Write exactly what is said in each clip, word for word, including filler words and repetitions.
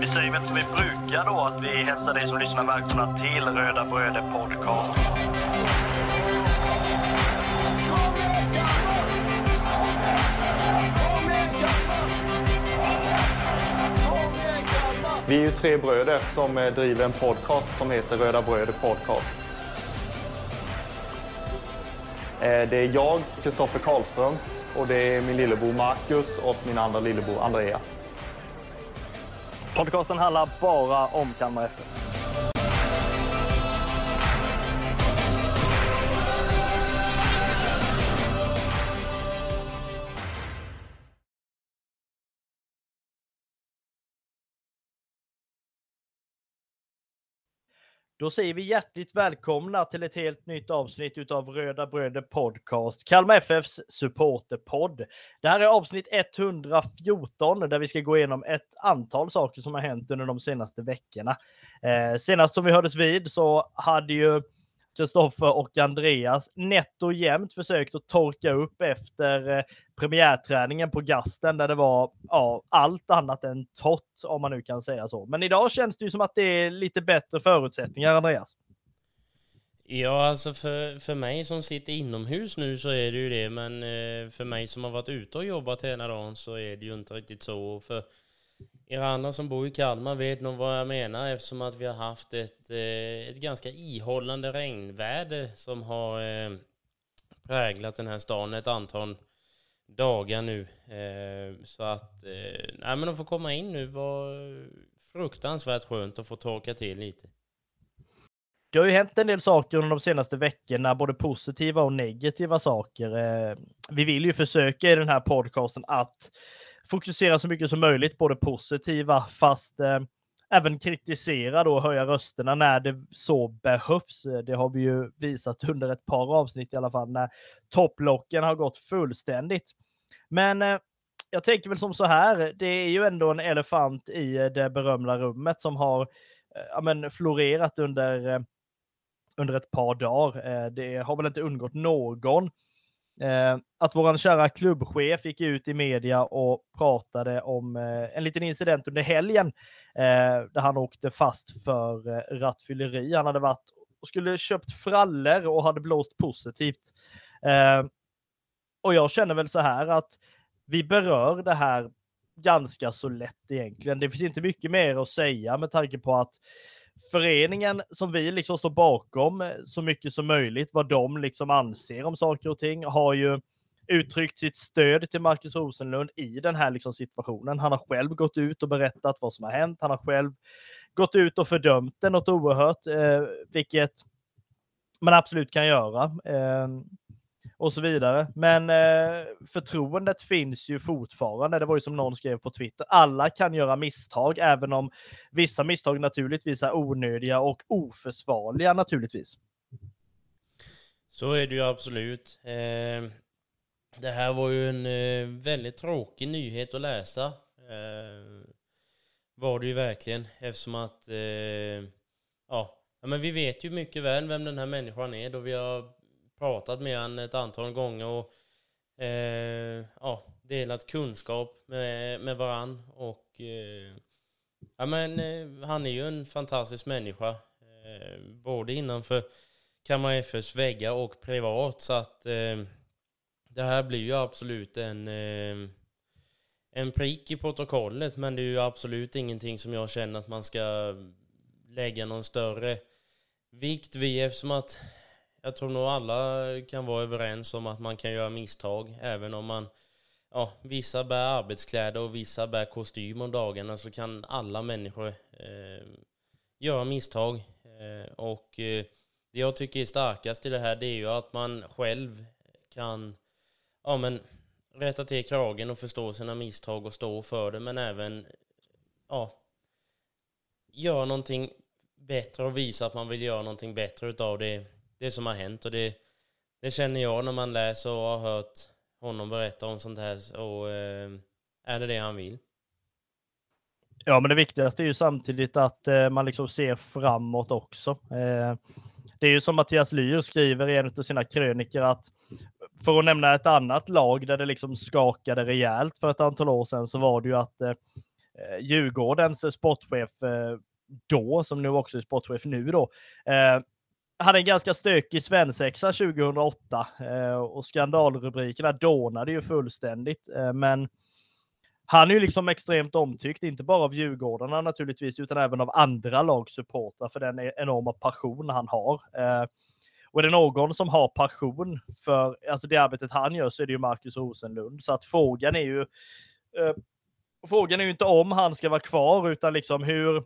Vi säger väl som vi brukar då, att vi hälsar dig som lyssnar välkomna till Röda Bröder Podcast. Vi är ju tre bröder som driver en podcast som heter Röda Bröder Podcast. Det är jag, Kristoffer Karlström, och det är min lillebror Marcus och min andra lillebror Andreas. Podcasten handlar bara om Kalmar F F. Då säger vi hjärtligt välkomna till ett helt nytt avsnitt utav Röda Bröder Podcast, Kalmar F F:s supporterpodd. Det här är avsnitt etthundrafjorton där vi ska gå igenom ett antal saker som har hänt under de senaste veckorna. Eh, senast som vi hördes vid så hade ju Kristoffer och Andreas nätt och jämnt försökt att torka upp efter eh, premiärträningen på Gasten där det var ja, allt annat än torrt, om man nu kan säga så. Men idag känns det ju som att det är lite bättre förutsättningar, Andreas. Ja, alltså för, för mig som sitter inomhus nu så är det ju det, men eh, för mig som har varit ute och jobbat hela dagen så är det ju inte riktigt så. För er andra som bor i Kalmar vet nog vad jag menar, eftersom att vi har haft ett, eh, ett ganska ihållande regnväder som har eh, präglat den här stan ett antal dagar nu. Eh, så att eh, nej, men att få komma in nu var fruktansvärt skönt att få torka till lite. Det har ju hänt en del saker under de senaste veckorna, både positiva och negativa saker. Vi vill ju försöka i den här podcasten att fokusera så mycket som möjligt på det positiva, fast eh, även kritisera då och höja rösterna när det så behövs. Det har vi ju visat under ett par avsnitt i alla fall, när topplocken har gått fullständigt. Men eh, jag tänker väl som så här, det är ju ändå en elefant i det berömda rummet som har eh, ja, men florerat under eh, under ett par dagar. Det har väl inte undgått någon att våran kära klubbchef gick ut i media och pratade om en liten incident under helgen där han åkte fast för rattfylleri. Han hade varit och skulle köpt frallor och hade blåst positivt. Och jag känner väl så här att vi berör det här ganska så lätt egentligen. Det finns inte mycket mer att säga med tanke på att föreningen som vi liksom står bakom så mycket som möjligt, vad de liksom anser om saker och ting, har ju uttryckt sitt stöd till Marcus Rosenlund i den här liksom situationen. Han har själv gått ut och berättat vad som har hänt. Han har själv gått ut och fördömt det något oerhört, eh, vilket man absolut kan göra. Eh, och så vidare. Men eh, förtroendet finns ju fortfarande. Det var ju som någon skrev på Twitter. Alla kan göra misstag, även om vissa misstag naturligtvis är onödiga och oförsvarliga naturligtvis. Så är det ju absolut. Eh, det här var ju en eh, väldigt tråkig nyhet att läsa. Eh, var det ju verkligen. Eftersom att eh, ja, men vi vet ju mycket väl vem den här människan är då vi har pratat med han ett antal gånger och eh, ja, delat kunskap med, med varann. Och eh, ja, men, eh, han är ju en fantastisk människa. Eh, både innanför Kalmar F F:s väggar och privat. Så att eh, det här blir ju absolut en, eh, en prick i protokollet. Men det är ju absolut ingenting som jag känner att man ska lägga någon större vikt vid, eftersom att jag tror nog alla kan vara överens om att man kan göra misstag. Även om man, ja, vissa bär arbetskläder och vissa bär kostym om dagarna, så kan alla människor eh, göra misstag. Eh, och eh, det jag tycker är starkast i det här, det är ju att man själv kan ja, men, rätta till kragen och förstå sina misstag och stå för det. Men även ja, göra någonting bättre och visa att man vill göra någonting bättre utav det. Det som har hänt, och det, det känner jag när man läser och har hört honom berätta om sånt här, och eh, är det det han vill. Ja, men det viktigaste är ju samtidigt att eh, man liksom ser framåt också. Eh, det är ju som Mattias Lyr skriver i en av sina kröniker att, för att nämna ett annat lag där det liksom skakade rejält för ett antal år sedan, så var det ju att eh, eh, Djurgårdens sportchef eh, då, som nu också är sportchef nu då, eh, hade en ganska stökig svensexa tjugohundraåtta eh, och skandalrubrikerna dånade ju fullständigt. Eh, men han är ju liksom extremt omtyckt, inte bara av Djurgårdarna naturligtvis, utan även av andra lagsupportrar för den enorma passion han har. Eh, och är det någon som har passion för alltså det arbetet han gör, så är det ju Marcus Rosenlund. Så att frågan är ju eh, frågan är ju inte om han ska vara kvar, utan liksom hur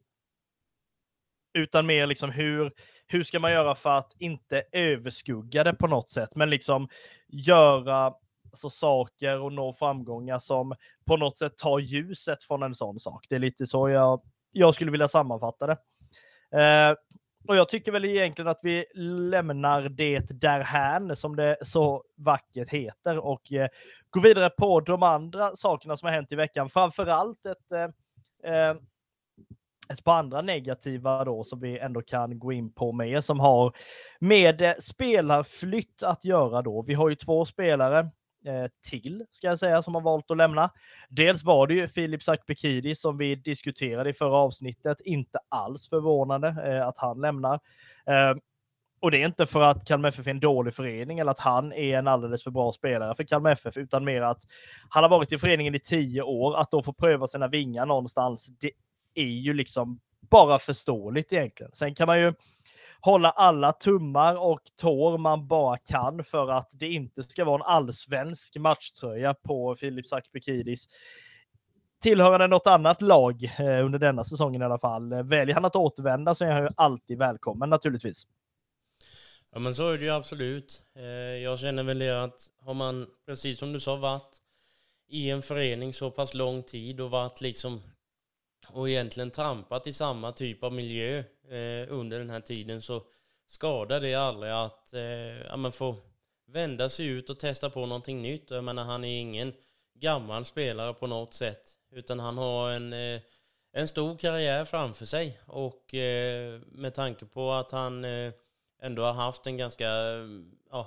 utan mer liksom hur hur ska man göra för att inte överskugga det på något sätt, men liksom göra så saker och nå framgångar som på något sätt tar ljuset från en sån sak. Det är lite så jag, jag skulle vilja sammanfatta det. Eh, och jag tycker väl egentligen att vi lämnar det därhän, som det så vackert heter, och eh, går vidare på de andra sakerna som har hänt i veckan. Framförallt ett, eh, ett par andra negativa då som vi ändå kan gå in på med, som har med spelarflytt att göra då. Vi har ju två spelare till, ska jag säga, som har valt att lämna. Dels var det ju Filip Sakbekidis som vi diskuterade i förra avsnittet. Inte alls förvånande eh, att han lämnar. Eh, och det är inte för att Kalmar F F är en dålig förening eller att han är en alldeles för bra spelare för Kalmar F F, utan mer att han har varit i föreningen i tio år. Att då få pröva sina vingar någonstans, det är ju liksom bara förståeligt egentligen. Sen kan man ju hålla alla tummar och tår man bara kan för att det inte ska vara en allsvensk matchtröja på Filip Sakbekidis. Tillhörande något annat lag eh, under denna säsongen i alla fall. Väljer han att återvända så är han ju alltid välkommen naturligtvis. Ja, men så är det ju absolut. Eh, jag känner väl det att har man, precis som du sa, varit i en förening så pass lång tid och varit liksom och egentligen trampat i samma typ av miljö eh, under den här tiden, så skadar det aldrig att eh, ja, man får vända sig ut och testa på någonting nytt. Jag menar, han är ingen gammal spelare på något sätt, utan han har en, eh, en stor karriär framför sig, och eh, med tanke på att han eh, ändå har haft en ganska ja,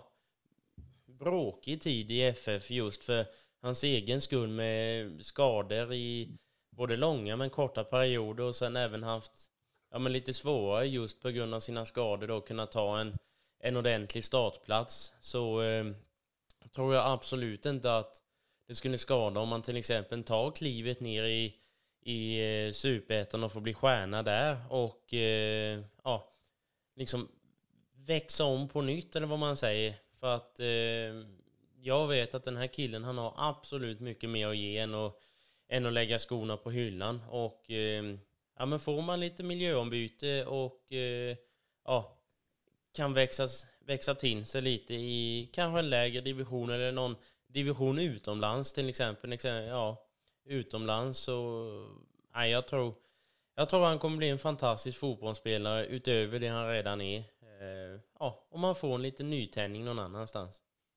bråkig tid i F F just för hans egen skull med skador i både långa men korta perioder, och sen även haft ja, men lite svårare just på grund av sina skador då kunna ta en, en ordentlig startplats, så eh, tror jag absolut inte att det skulle skada om man till exempel tar klivet ner i, i eh, Superettan och får bli stjärna där och eh, ja, liksom växa om på nytt, eller vad man säger, för att eh, jag vet att den här killen, han har absolut mycket mer att ge än att än att lägga skorna på hyllan. Och eh, ja, men får man lite miljöombyte och eh, ja, kan växa, växa till sig lite i kanske en lägre division eller någon division utomlands till exempel. Ja, utomlands så nej, jag tror jag tror han kommer bli en fantastisk fotbollsspelare utöver det han redan är. Eh, ja, om man får en liten nytändning någon annanstans.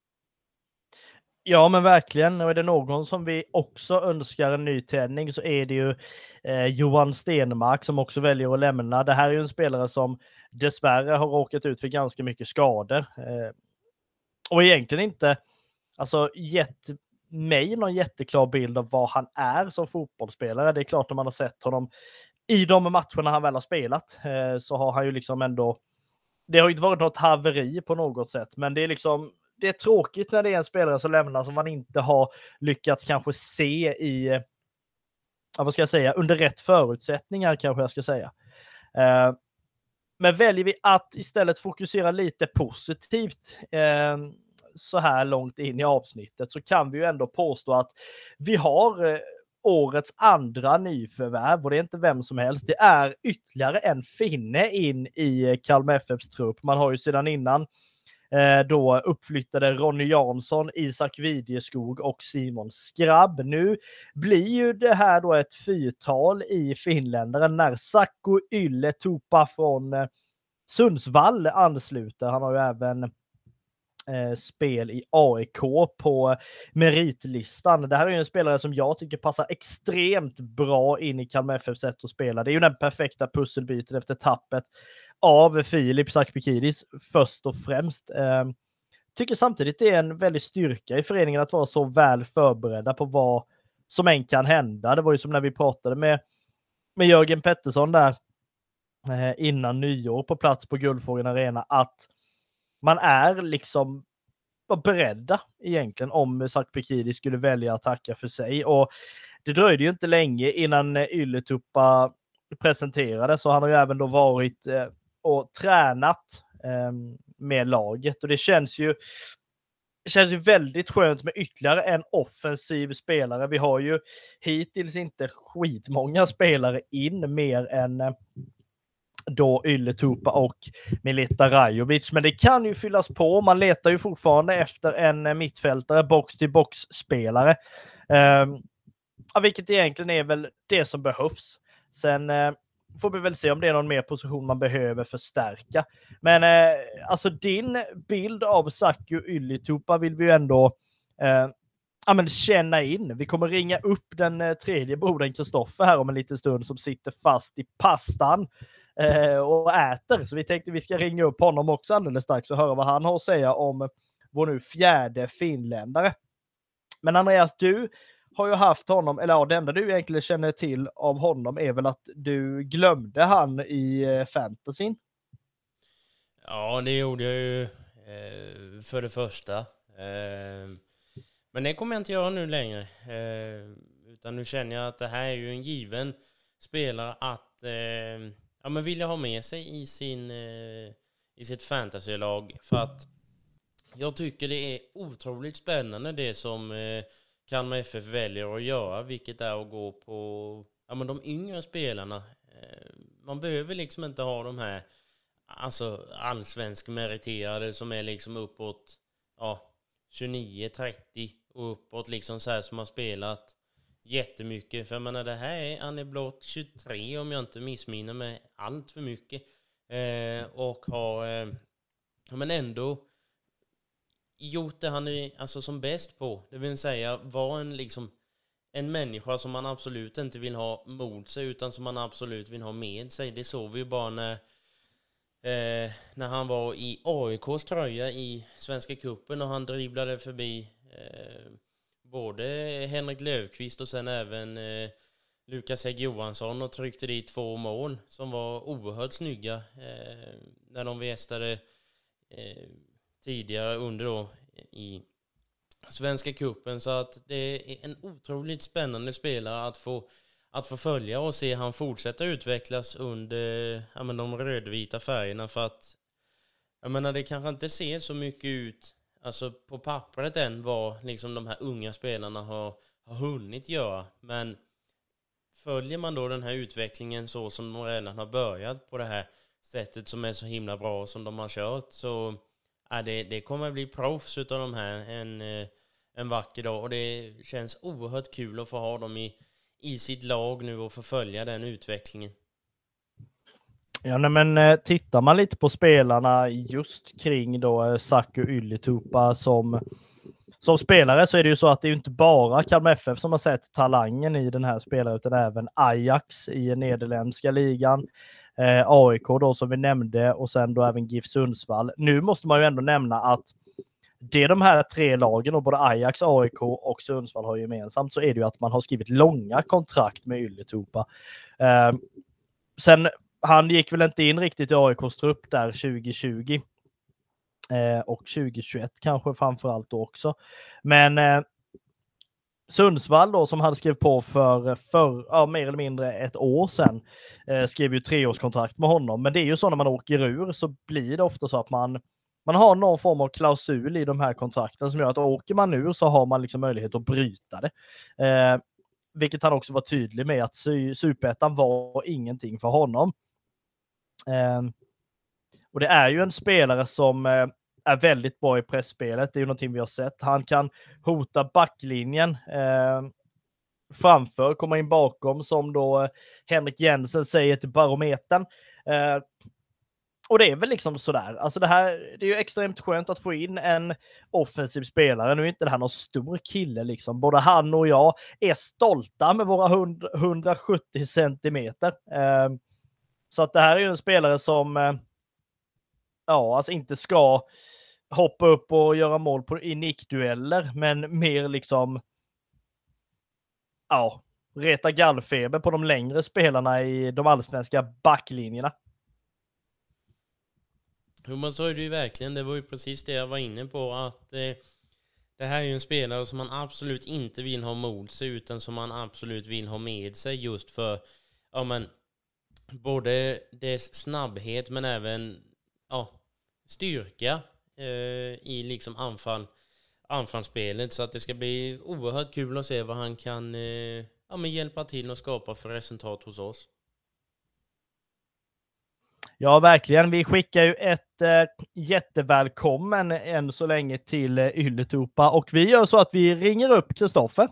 Ja, men verkligen. Och är det någon som vi också önskar en nytändning så är det ju eh, Johan Stenmark som också väljer att lämna. Det här är ju en spelare som dessvärre har råkat ut för ganska mycket skador. Eh, och egentligen inte alltså, gett mig någon jätteklar bild av vad han är som fotbollsspelare. Det är klart att man har sett honom i de matcherna han väl har spelat eh, så har han ju liksom ändå, det har ju inte varit något haveri på något sätt, men det är liksom det är tråkigt när det är en spelare som lämnar som man inte har lyckats kanske se i, ja, vad ska jag säga, under rätt förutsättningar kanske jag ska säga. Eh, men väljer vi att istället fokusera lite positivt eh, så här långt in i avsnittet, så kan vi ju ändå påstå att vi har eh, årets andra nyförvärv, och det är inte vem som helst. Det är ytterligare en finne in i Kalmar F F:s trupp. Man har ju sedan innan då uppflyttade Ronny Jansson, Isak Vidjeskog och Simon Skrabb. Nu blir ju det här då ett fyrtal i finländaren när Sakko Ylle Tupa från Sundsvall ansluter. Han har ju även eh, spel i A I K på meritlistan. Det här är ju en spelare som jag tycker passar extremt bra in i Kalmar F F:s sätt att spela. Det är ju den perfekta pusselbiten efter tappet av Filip Sakbekidis först och främst. Eh, tycker samtidigt det är en väldigt styrka i föreningen att vara så väl förberedda på vad som än kan hända. Det var ju som när vi pratade med, med Jörgen Pettersson där eh, innan nyår på plats på Guldfågeln Arena, att man är liksom beredda egentligen om Zac Bäckidi skulle välja att tacka för sig. Och det dröjde ju inte länge innan Ylätupa presenterades, så han har ju även då varit eh, och tränat eh, med laget, och det känns ju det känns ju väldigt skönt med ytterligare en offensiv spelare. Vi har ju hittills inte skitmånga spelare in mer än eh, då Ylätupa och Mileta Rajovic, men det kan ju fyllas på. Man letar ju fortfarande efter en mittfältare, box-till-box-spelare, eh, vilket egentligen är väl det som behövs. Sen eh, får vi väl se om det är någon mer position man behöver förstärka. Men eh, alltså din bild av Saku Ylätupa vill vi ju ändå eh, ja, men känna in. Vi kommer ringa upp den eh, tredje brodern Kristoffer här om en liten stund, som sitter fast i pastan eh, och äter. Så vi tänkte vi ska ringa upp honom också alldeles strax och höra vad han har att säga om vår nu fjärde finländare. Men Andreas, du har ju haft honom, eller ja, det enda du egentligen känner till av honom är väl att du glömde han i eh, fantasyn. Ja, det gjorde jag ju eh, för det första. Eh, men det kommer jag inte göra nu längre. Eh, utan nu känner jag att det här är ju en given spelare att eh, ja, men vill jag ha med sig i, sin, eh, i sitt fantasylag. För att jag tycker det är otroligt spännande det som eh, Kalmar F F väljer att göra, vilket är att gå på ja, men de yngre spelarna. Eh, man behöver liksom inte ha de här alltså allsvensk meriterade som är liksom uppåt ja, tjugonio trettio och uppåt liksom så här, som har spelat jättemycket. För jag menar, det här är, han är blott tjugotre om jag inte missminner mig allt för mycket. Eh, och har eh, ja, men ändå gjort det han är alltså som bäst på. Det vill säga var en liksom en människa som man absolut inte vill ha mot sig, utan som man absolut vill ha med sig. Det såg vi ju bara när eh, när han var i A I K:s tröja i Svenska cupen och han dribblade förbi eh, både Henrik Löfqvist och sen även eh, Lukas Hägg Johansson och tryckte dit två mål som var oerhört snygga eh, när de västade eh, tidigare under då i Svenska cupen. Så att det är en otroligt spännande spelare att få att få följa och se han fortsätta utvecklas under ja, men de rödvita färgerna. För att jag menar, det kanske inte ser så mycket ut alltså på pappret än vad liksom de här unga spelarna har, har hunnit göra. Men följer man då den här utvecklingen så som de redan har börjat på det här sättet som är så himla bra som de har kört, så ja, det, det kommer att bli proffs utav de här en, en vacker dag. Och det känns oerhört kul att få ha dem i, i sitt lag nu och få följa den utvecklingen. Ja, nej, men tittar man lite på spelarna just kring då Saku Ylätupa som, som spelare, så är det ju så att det är ju inte bara Kalmar F F som har sett talangen i den här spelaren, utan även Ajax i nederländska ligan. Eh, A I K då som vi nämnde, och sen då även GIF Sundsvall. Nu måste man ju ändå nämna att det är de här tre lagen, och både Ajax, A I K och Sundsvall har gemensamt, så är det ju att man har skrivit långa kontrakt med Ylätupa. Eh, sen han gick väl inte in riktigt i A I K:s trupp där tjugo tjugo eh, och tjugo tjugoett kanske framförallt då också. Men eh, Sundsvall då, som hade skrivit på för, för ja, mer eller mindre ett år sedan, eh, skrev ju treårskontrakt med honom. Men det är ju så när man åker ur, så blir det ofta så att man, man har någon form av klausul i de här kontrakten som gör att åker man ur så har man liksom möjlighet att bryta det. Eh, vilket han också var tydlig med, att Superettan var ingenting för honom. Eh, och det är ju en spelare som eh, är väldigt bra i pressspelet. Det är ju någonting vi har sett. Han kan hota backlinjen eh, framför, komma in bakom, som då Henrik Jensen säger till Barometern. Eh, och det är väl liksom sådär. Alltså det här, det är ju extremt skönt att få in en offensiv spelare. Nu är inte det här någon stor kille liksom. Både han och jag är stolta med våra hundrasjuttio centimeter. Eh, så att det här är ju en spelare som eh, ja, alltså inte ska hoppa upp och göra mål på, i nickdueller, men mer liksom ja, reta gallfeber på de längre spelarna i de allsvenska backlinjerna. Jo, man sa ju det ju verkligen. Det var ju precis det jag var inne på, att eh, det här är ju en spelare som man absolut inte vill ha mot sig, utan som man absolut vill ha med sig, just för ja, men, både dess snabbhet men även ja, styrka eh, i liksom anfall, anfallsspelet. Så att det ska bli oerhört kul att se vad han kan eh, ja, men hjälpa till och skapa för resultat hos oss. Ja, verkligen. Vi skickar ju ett äh, jättevälkommen än så länge till äh, Ylletupa, och vi gör så att vi ringer upp Kristoffer.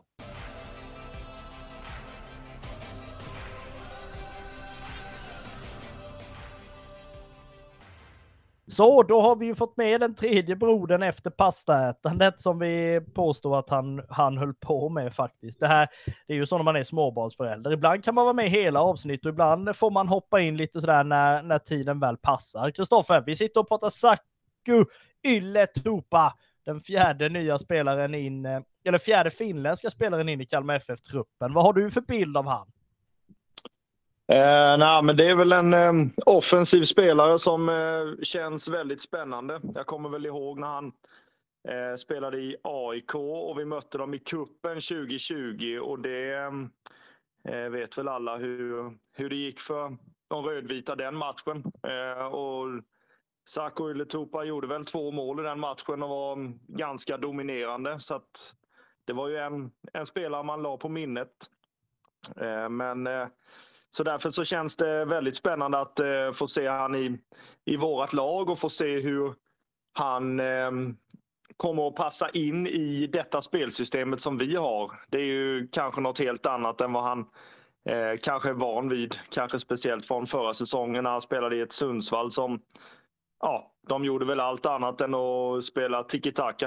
Så, då har vi ju fått med den tredje brodern efter pastaätandet som vi påstår att han, han höll på med faktiskt. Det här, det är ju så när man är småbarnsförälder. Ibland kan man vara med hela avsnitt och ibland får man hoppa in lite sådär när, när tiden väl passar. Kristoffer, vi sitter och pratar Saku Ylletupa, den fjärde nya spelaren in, eller fjärde finländska spelaren in i Kalmar F F-truppen. Vad har du för bild av han? Eh, nej, men det är väl en eh, offensiv spelare som eh, känns väldigt spännande. Jag kommer väl ihåg när han eh, spelade i A I K och vi mötte dem i kuppen tjugo tjugo, och det eh, vet väl alla hur, hur det gick för de rödvita den matchen. Eh, och Saku Ylletupa gjorde väl två mål i den matchen och var ganska dominerande, så att det var ju en, en spelare man la på minnet. Eh, men eh, Så därför så känns det väldigt spännande att eh, få se han i, i vårat lag och få se hur han eh, kommer att passa in i detta spelsystemet som vi har. Det är ju kanske något helt annat än vad han eh, kanske är van vid. Kanske speciellt från förra säsongen när han spelade i ett Sundsvall som, ja, de gjorde väl allt annat än att spela tiki-taka.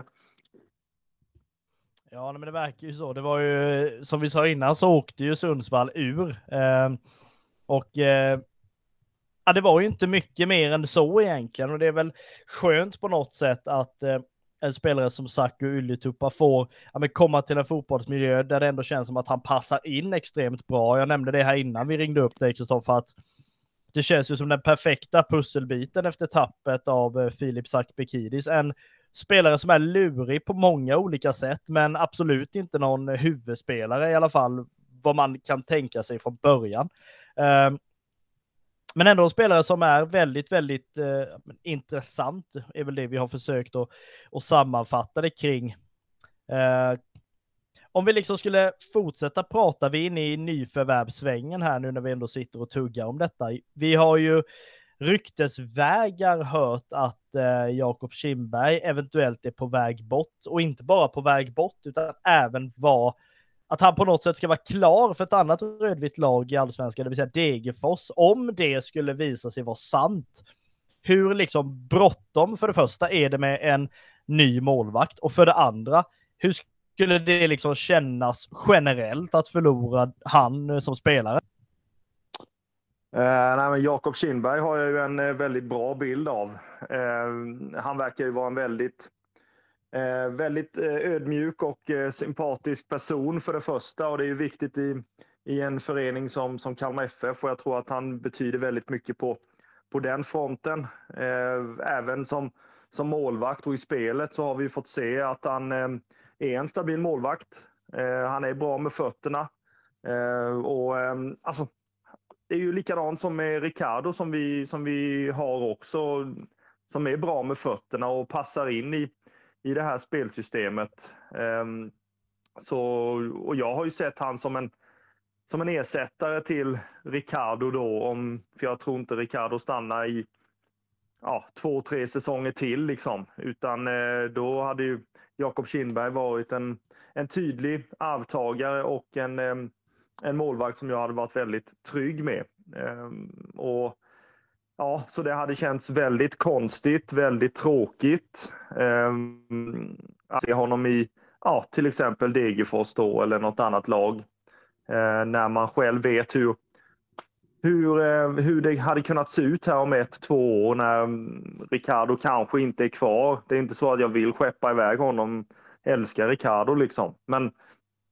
Ja, men det verkar ju så. Det var ju, som vi sa innan, så åkte ju Sundsvall ur. Eh, och eh, ja, det var ju inte mycket mer än så egentligen. Och det är väl skönt på något sätt att eh, en spelare som Saku Ylletupa får ja, men komma till en fotbollsmiljö där det ändå känns som att han passar in extremt bra. Jag nämnde det här innan vi ringde upp dig, Kristoffer, att det känns ju som den perfekta pusselbiten efter tappet av eh, Filip Sakbekidis. En spelare som är lurig på många olika sätt, men absolut inte någon huvudspelare i alla fall, vad man kan tänka sig från början. Uh, men ändå en spelare som är väldigt, väldigt uh, intressant, är väl det vi har försökt att, att sammanfatta det kring. Uh, om vi liksom skulle fortsätta prata, vi är inne i nyförvärvssvängen här nu när vi ändå sitter och tuggar om detta. Vi har ju ryktesvägar hört att eh, Jakob Kindberg eventuellt är på väg bort, och inte bara på väg bort utan även var att han på något sätt ska vara klar för ett annat rödvitt lag i allsvenskan, det vill säga Degerfors, om det skulle visa sig vara sant. Hur liksom bråttom för det första är det med en ny målvakt, och för det andra, hur skulle det liksom kännas generellt att förlora han som spelare? Eh, nej, men Jakob Kindberg har jag ju en eh, väldigt bra bild av. Eh, han verkar ju vara en väldigt, eh, väldigt eh, ödmjuk och eh, sympatisk person för det första. Och det är ju viktigt i, i en förening som, som Kalmar F F. Och jag tror att han betyder väldigt mycket på, på den fronten. Eh, även som, som målvakt och i spelet så har vi fått se att han eh, är en stabil målvakt. Eh, han är bra med fötterna. Eh, och eh, alltså... Det är ju likadant som med Ricardo som vi, som vi har också, som är bra med fötterna och passar in i, i det här spelsystemet. Um, så, och jag har ju sett han som en, som en ersättare till Ricardo då, om, för jag tror inte Ricardo stannar i ja, två, tre säsonger till liksom. Utan eh, då hade ju Jakob Kindberg varit en, en tydlig arvtagare och en eh, en målvakt som jag hade varit väldigt trygg med. Um, och ja, så det hade känts väldigt konstigt, väldigt tråkigt um, att se honom i ja, till exempel Degerfors då, eller något annat lag. Uh, när man själv vet hur, hur, uh, hur det hade kunnat se ut här om ett, två år när um, Ricardo kanske inte är kvar. Det är inte så att jag vill skeppa iväg honom, älskar Ricardo liksom. Men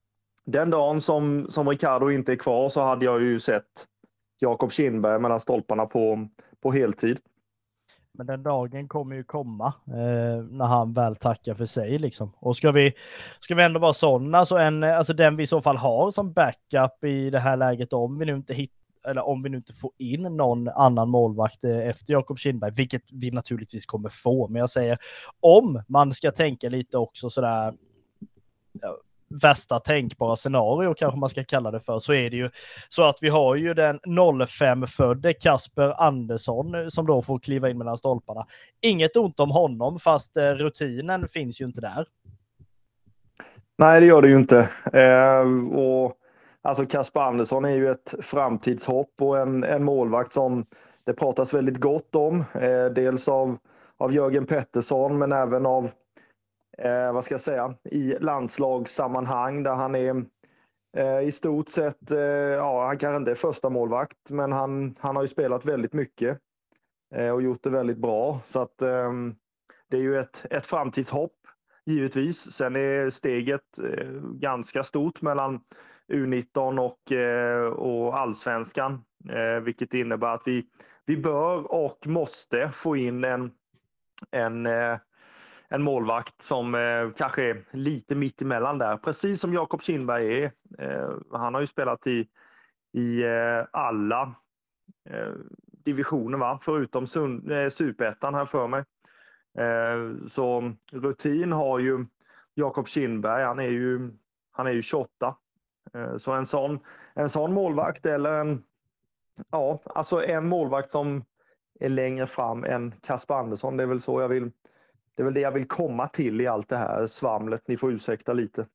den dagen som, som Ricardo inte är kvar så hade jag ju sett Jakob Kindberg mellan stolparna på, på heltid. Men den dagen kommer ju komma eh, när han väl tackar för sig liksom. Och ska vi, ska vi ändå vara sådana, så en, alltså den vi i så fall har som backup i det här läget, om vi nu inte hittar, eller om vi nu inte får in någon annan målvakt efter Jakob Kindberg, vilket vi naturligtvis kommer få. Men jag säger, om man ska tänka lite också sådär, ja, värsta tänkbara scenario kanske man ska kalla det för, så är det ju så att vi har ju den noll fem-födde Kasper Andersson som då får kliva in mellan stolparna. Inget ont om honom, fast rutinen finns ju inte där. Nej, det gör det ju inte. Eh, och alltså Kasper Andersson är ju ett framtidshopp och en, en målvakt som det pratas väldigt gott om. Eh, dels av, av Jörgen Pettersson, men även av Eh, vad ska jag säga, i landslagssammanhang där han är eh, i stort sett, eh, ja, han kanske inte är första målvakt, men han, han har ju spelat väldigt mycket eh, och gjort det väldigt bra. Så att eh, det är ju ett, ett framtidshopp givetvis. Sen är steget eh, ganska stort mellan U nitton och, eh, och allsvenskan, eh, vilket innebär att vi, vi bör och måste få in en, en eh, en målvakt som eh, kanske är lite mitt emellan där. Precis som Jakob Kindberg är. Eh, han har ju spelat i, i eh, alla eh, divisioner, va? Förutom sun, eh, Superettan här för mig. Eh, så rutin har ju Jakob Kindberg. Han är ju, han är ju tjugoåtta. Eh, så en sån, en sån målvakt, eller en, ja, alltså en målvakt som är längre fram än Kasper Andersson. Det är väl så jag vill Det är väl det jag vill komma till i allt det här svamlet. Ni får ursäkta lite.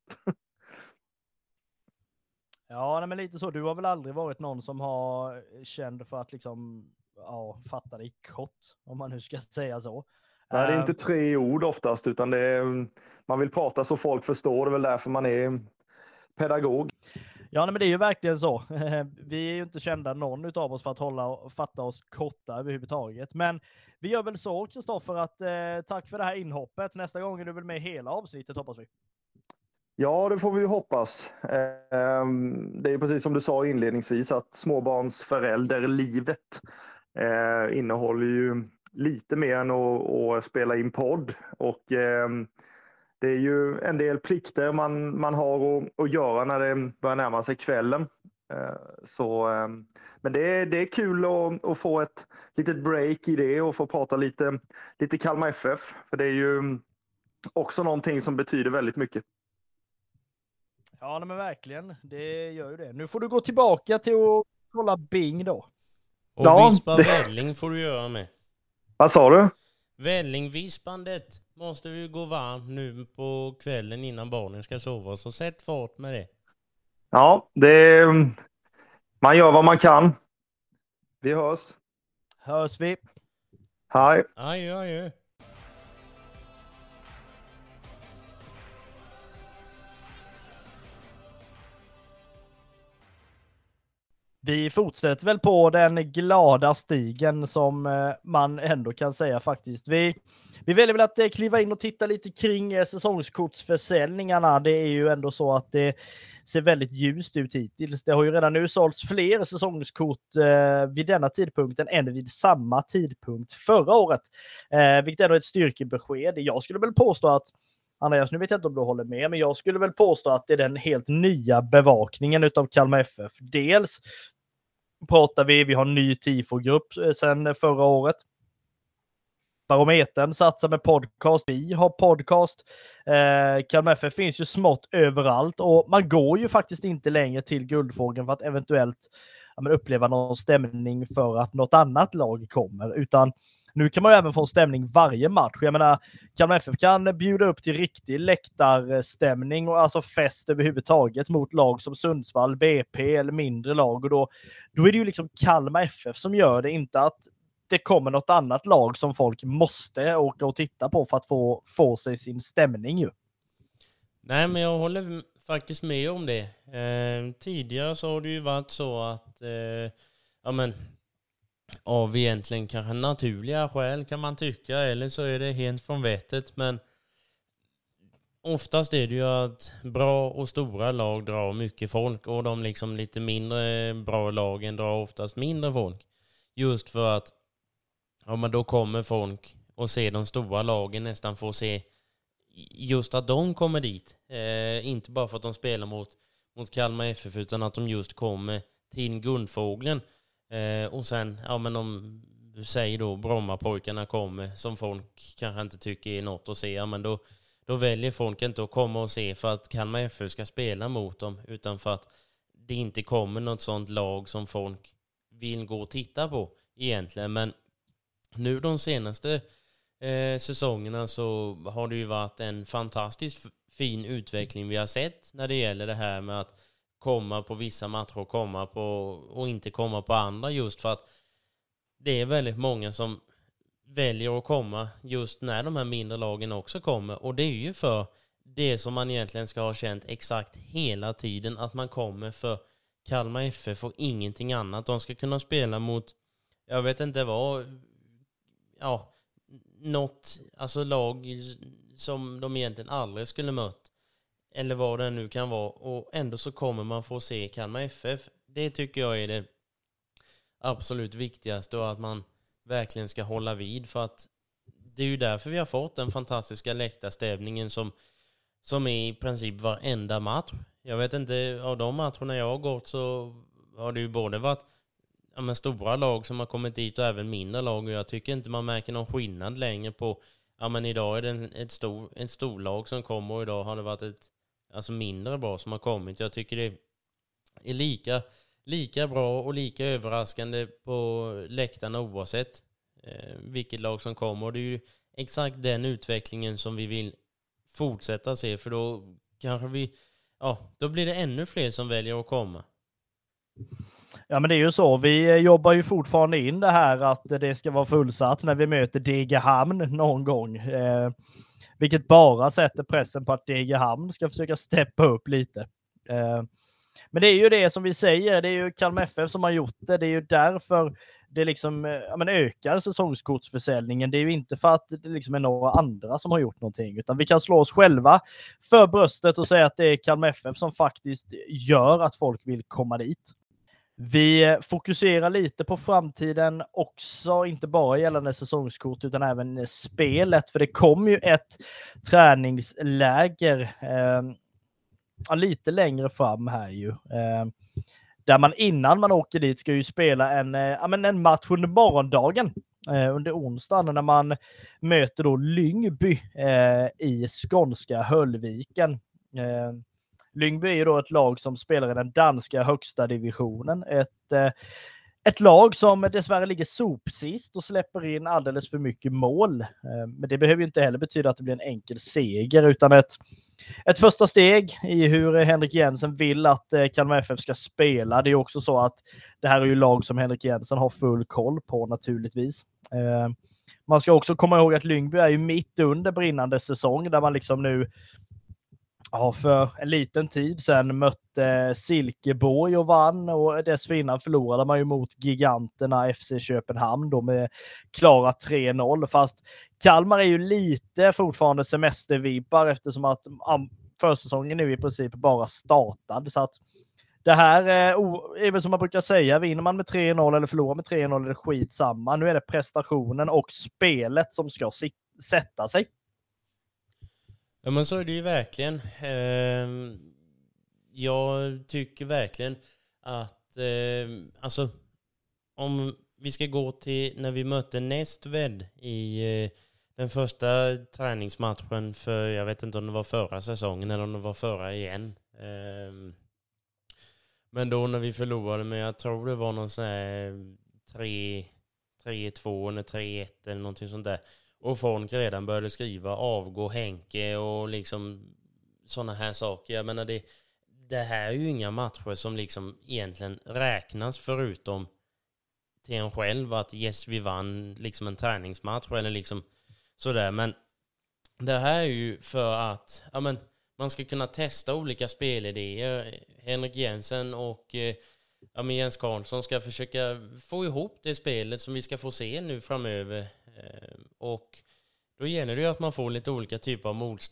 Ja, men lite så. Du har väl aldrig varit någon som har känt för att liksom, ja, fatta det i kort, om man nu ska säga så. Nej, det är inte tre ord oftast, utan det är, man vill prata så folk förstår. Det är väl därför man är pedagog. Ja, men det är ju verkligen så. Vi är ju inte kända någon av oss för att hålla och fatta oss korta överhuvudtaget. Men vi gör väl så, Kristoffer, att eh, tack för det här inhoppet. Nästa gång är du väl med hela avsnittet, hoppas vi. Ja, det får vi ju hoppas. Eh, det är precis som du sa inledningsvis, att småbarnsförälderlivet eh, innehåller ju lite mer än att, att spela in podd. Och eh, det är ju en del plikter man, man har att, att göra när det börjar närma sig kvällen. Så, men det är, det är kul att, att få ett litet break i det och få prata lite, lite Kalmar F F. För det är ju också någonting som betyder väldigt mycket. Ja, men verkligen. Det gör ju det. Nu får du gå tillbaka till att kolla Bing då. Och ja, vispa det... välling får du göra med. Vad sa du? Vällingvispandet måste vi gå varmt nu på kvällen innan barnen ska sova. Så sätt fart med det. Ja, det man gör vad man kan. Vi hörs. Hörs vi. Hej. Adjö, adjö. Vi fortsätter väl på den glada stigen som man ändå kan säga faktiskt. Vi, vi väljer väl att kliva in och titta lite kring säsongskortsförsäljningarna. Det är ju ändå så att det ser väldigt ljust ut hittills. Det har ju redan nu sålts fler säsongskort eh, vid denna tidpunkten än vid samma tidpunkt förra året. Eh, vilket är ett styrkebesked. Jag skulle väl påstå att Andreas, nu vet jag inte om du håller med, men jag skulle väl påstå att det är den helt nya bevakningen utav Kalmar F F. Dels pratar vi, vi har en ny tifogrupp sedan förra året. Barometern satsar med podcast, vi har podcast. Eh, Kalmar F F finns ju smått överallt och man går ju faktiskt inte längre till Guldfågeln för att eventuellt ja, men uppleva någon stämning för att något annat lag kommer, utan nu kan man ju även få en stämning varje match. Jag menar, Kalmar F F kan bjuda upp till riktig läktarstämning och alltså fest överhuvudtaget mot lag som Sundsvall, B P eller mindre lag. Och då, då är det ju liksom Kalmar F F som gör det, inte att det kommer något annat lag som folk måste åka och titta på för att få, få sig sin stämning ju. Nej, men jag håller faktiskt med om det. Eh, tidigare så har det ju varit så att eh, ja men av egentligen kanske naturliga skäl kan man tycka, eller så är det helt från vettet, men oftast är det ju att bra och stora lag drar mycket folk och de liksom lite mindre bra lagen drar oftast mindre folk. Just för att ja, men då kommer folk och ser de stora lagen nästan få se just att de kommer dit. Eh, inte bara för att de spelar mot, mot Kalmar F F utan att de just kommer till Guldfågeln. Eh, och sen, ja men de säger då Brommapojkarna kommer som folk kanske inte tycker är något att se. Ja, men då, då väljer folk inte att komma och se för att Kalmar F F ska spela mot dem utan för att det inte kommer något sånt lag som folk vill gå och titta på egentligen. Men nu de senaste eh, säsongerna så har det ju varit en fantastiskt fin utveckling vi har sett när det gäller det här med att komma på vissa matcher och komma på och inte komma på andra, just för att det är väldigt många som väljer att komma just när de här mindre lagen också kommer, och det är ju för det som man egentligen ska ha känt exakt hela tiden, att man kommer för Kalmar F F och ingenting annat. De ska kunna spela mot, jag vet inte vad, ja, något, alltså lag som de egentligen aldrig skulle mött eller vad det nu kan vara, och ändå så kommer man få se Kalmar F F. Det tycker jag är det absolut viktigaste, och att man verkligen ska hålla vid, för att det är ju därför vi har fått den fantastiska läktarstävningen som, som är i princip varenda match. Jag vet inte, av de matcherna jag har gått så har det ju både varit ja, men stora lag som har kommit dit och även mindre lag, och jag tycker inte man märker någon skillnad längre på, ja men idag är det en, ett, stor, ett storlag som kommer och idag har det varit ett alltså mindre bra som har kommit. Jag tycker det är lika, lika bra och lika överraskande på läktarna oavsett eh, vilket lag som kommer, och det är ju exakt den utvecklingen som vi vill fortsätta se, för då kanske vi, ja, då blir det ännu fler som väljer att komma. Ja, men det är ju så. Vi jobbar ju fortfarande in det här att det ska vara fullsatt när vi möter Degerhamn någon gång. Eh, vilket bara sätter pressen på att Degerhamn ska försöka steppa upp lite. Eh, men det är ju det som vi säger. Det är ju Kalmar F F som har gjort det. Det är ju därför det liksom ja, men ökar säsongskortsförsäljningen. Det är ju inte för att det liksom är några andra som har gjort någonting, utan vi kan slå oss själva för bröstet och säga att det är Kalmar F F som faktiskt gör att folk vill komma dit. Vi fokuserar lite på framtiden också, inte bara gällande säsongskort utan även spelet, för det kom ju ett träningsläger eh, lite längre fram här ju. Eh, där man innan man åker dit ska ju spela en, eh, men en match under morgondagen, eh, under onsdagen, när man möter då Lyngby eh, i skånska Höllviken. Eh, Lyngby är ju då ett lag som spelar i den danska högsta divisionen. Ett, eh, ett lag som dessvärre ligger sopsist och släpper in alldeles för mycket mål. Eh, men det behöver ju inte heller betyda att det blir en enkel seger, utan ett, ett första steg i hur Henrik Jensen vill att eh, Kalmar F F ska spela. Det är också så att det här är ju lag som Henrik Jensen har full koll på naturligtvis. Eh, man ska också komma ihåg att Lyngby är ju mitt under brinnande säsong, där man liksom nu ja, för en liten tid sedan mötte Silkeborg och vann, och dessförinnan förlorade man ju mot giganterna F C Köpenhamn då med klara tre noll. Fast Kalmar är ju lite fortfarande semestervibbar, eftersom att försäsongen nu i princip bara startad. Så att det här är väl som man brukar säga, vinner man med tre noll eller förlorar med tre noll är det skitsamma. Nu är det prestationen och spelet som ska sätta sig. Ja, men så är det ju verkligen. Jag tycker verkligen att alltså om vi ska gå till när vi mötte Nästved i den första träningsmatchen för, jag vet inte om det var förra säsongen eller om det var förra igen. Men då när vi förlorade med, jag tror det var någon sån här tre två eller tre ett eller någonting sånt där. Och folk redan började skriva avgå Henke och liksom såna här saker. Jag menar det, det här är ju inga matcher som liksom egentligen räknas förutom till en själv att yes, vi vann liksom en träningsmatch eller liksom sådär. Men det här är ju för att ja, men man ska kunna testa olika spelidéer. Henrik Jensen och ja, men Jens Karlsson ska försöka få ihop det spelet som vi ska få se nu framöver. Och då gäller det ju att man får lite olika typer av motstånd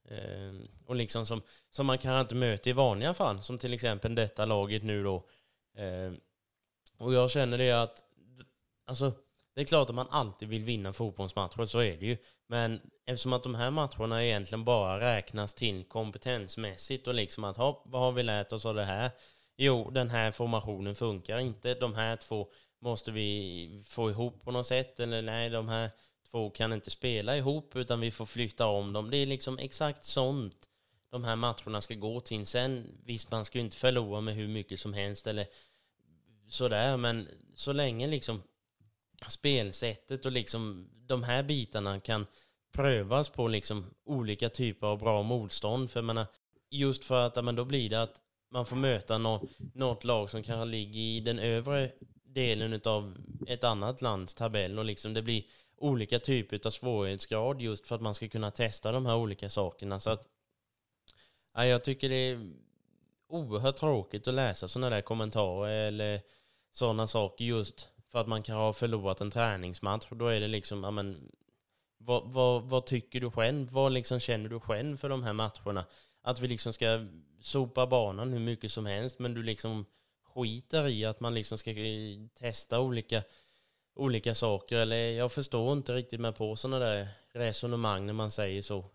Eh, och liksom som, som man kanske inte möter i vanliga fall, som till exempel detta laget nu då. Eh, och jag känner det att, alltså, det är klart att man alltid vill vinna fotbollsmatcher, så är det ju. Men eftersom att de här matcherna egentligen bara räknas till kompetensmässigt och liksom att, ha, vad har vi lärt oss av det här? Jo, den här formationen funkar inte. De här två måste vi få ihop på något sätt. Eller nej, de här två kan inte spela ihop utan vi får flytta om dem. Det är liksom exakt sånt de här matcherna ska gå till. Sen visst, man ska ju inte förlora med hur mycket som helst eller sådär. Men så länge liksom spelsättet och liksom de här bitarna kan prövas på liksom olika typer av bra motstånd. För man just för att men då blir det att man får möta något, något lag som kanske ligger i den övre delen av ett annat lands tabell och liksom det blir olika typer av svårighetsgrad just för att man ska kunna testa de här olika sakerna. Så att ja, jag tycker det är oerhört tråkigt att läsa sådana där kommentarer eller sådana saker just för att man kan ha förlorat en träningsmatch. Och då är det liksom, ja men, vad, vad, vad tycker du själv? Vad liksom känner du själv för de här matcherna? Att vi liksom ska sopa banan hur mycket som helst, men du liksom skiter i att man liksom ska testa olika, olika saker. Eller jag förstår inte riktigt med på sådana där resonemang när man säger så.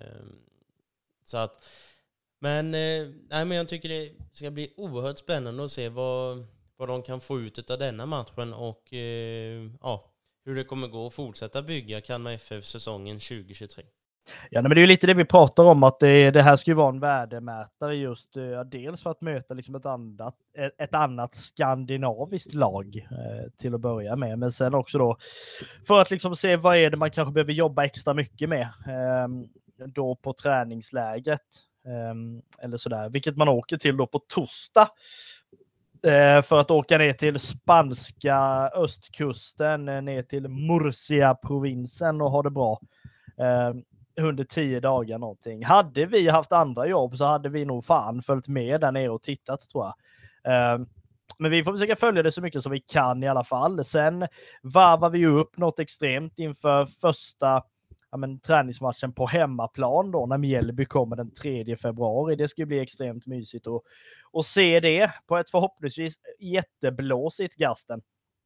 Så att, men, nej, men jag tycker det ska bli oerhört spännande att se vad, vad de kan få ut av denna matchen och ja, hur det kommer gå att fortsätta bygga Kalmar F F-säsongen tjugo tjugotre. Ja, men det är ju lite det vi pratar om, att det, det här ska ju vara en värdemätare just ja, dels för att möta liksom ett, annat, ett annat skandinaviskt lag eh, till att börja med, men sen också då för att liksom se vad är det man kanske behöver jobba extra mycket med eh, då på träningsläget eh, eller sådär, vilket man åker till då på torsdag eh, för att åka ner till spanska östkusten, eh, ner till Murcia-provinsen och ha det bra. Eh, under tio dagar någonting. Hade vi haft andra jobb så hade vi nog fan följt med där nere och tittat, tror jag. Uh, men vi får försöka följa det så mycket som vi kan i alla fall. Sen varvar vi upp något extremt inför första ja, men, träningsmatchen på hemmaplan då när Mjällby kommer den tredje februari. Det ska ju bli extremt mysigt att, att se det på ett förhoppningsvis jätteblåsigt Gasten.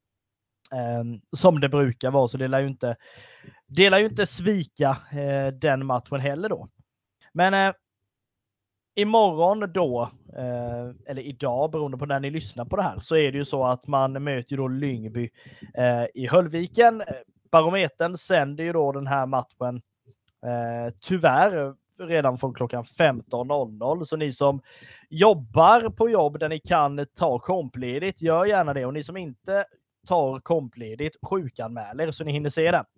Um, som det brukar vara, så det lär ju inte det lär ju inte svika uh, den matchen heller då. Men uh, imorgon då uh, eller idag beroende på när ni lyssnar på det här, så är det ju så att man möter ju då Lyngby uh, i Höllviken. Barometern sänder ju då den här matchen uh, tyvärr redan från klockan femton noll noll, så ni som jobbar på jobb där ni kan ta kompledigt, gör gärna det, och ni som inte tar kompledigt, sjukanmäler så ni hinner se den.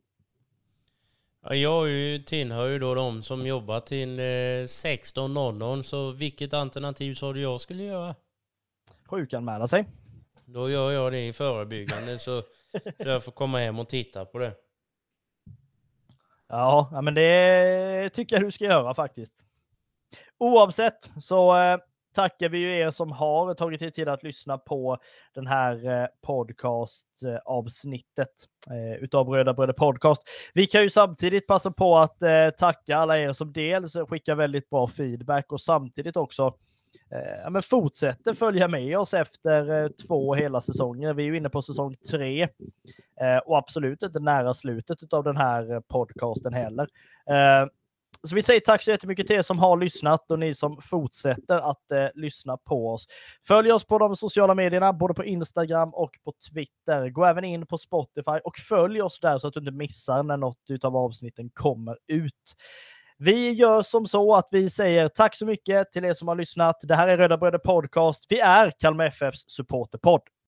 Ja, jag ju tillhör ju då de som jobbar till eh, sexton noll noll, så vilket alternativ sa du jag skulle göra? Sjukanmäla sig. Då gör jag det i förebyggande så, så jag får komma hem och titta på det. Ja, ja men det tycker jag du ska göra faktiskt. Oavsett så eh, tackar vi ju er som har tagit tid till att lyssna på den här podcast-avsnittet utav Röda Bröder Podcast. Vi kan ju samtidigt passa på att tacka alla er som dels skickar väldigt bra feedback och samtidigt också ja, men fortsätter följa med oss efter två hela säsonger. Vi är ju inne på säsong tre och absolut inte nära slutet av den här podcasten heller. Så vi säger tack så jättemycket till er som har lyssnat och ni som fortsätter att eh, lyssna på oss. Följ oss på de sociala medierna, både på Instagram och på Twitter. Gå även in på Spotify och följ oss där så att du inte missar när något av avsnitten kommer ut. Vi gör som så att vi säger tack så mycket till er som har lyssnat. Det här är Röda Bröder Podcast. Vi är Kalmar F F:s supporterpodd.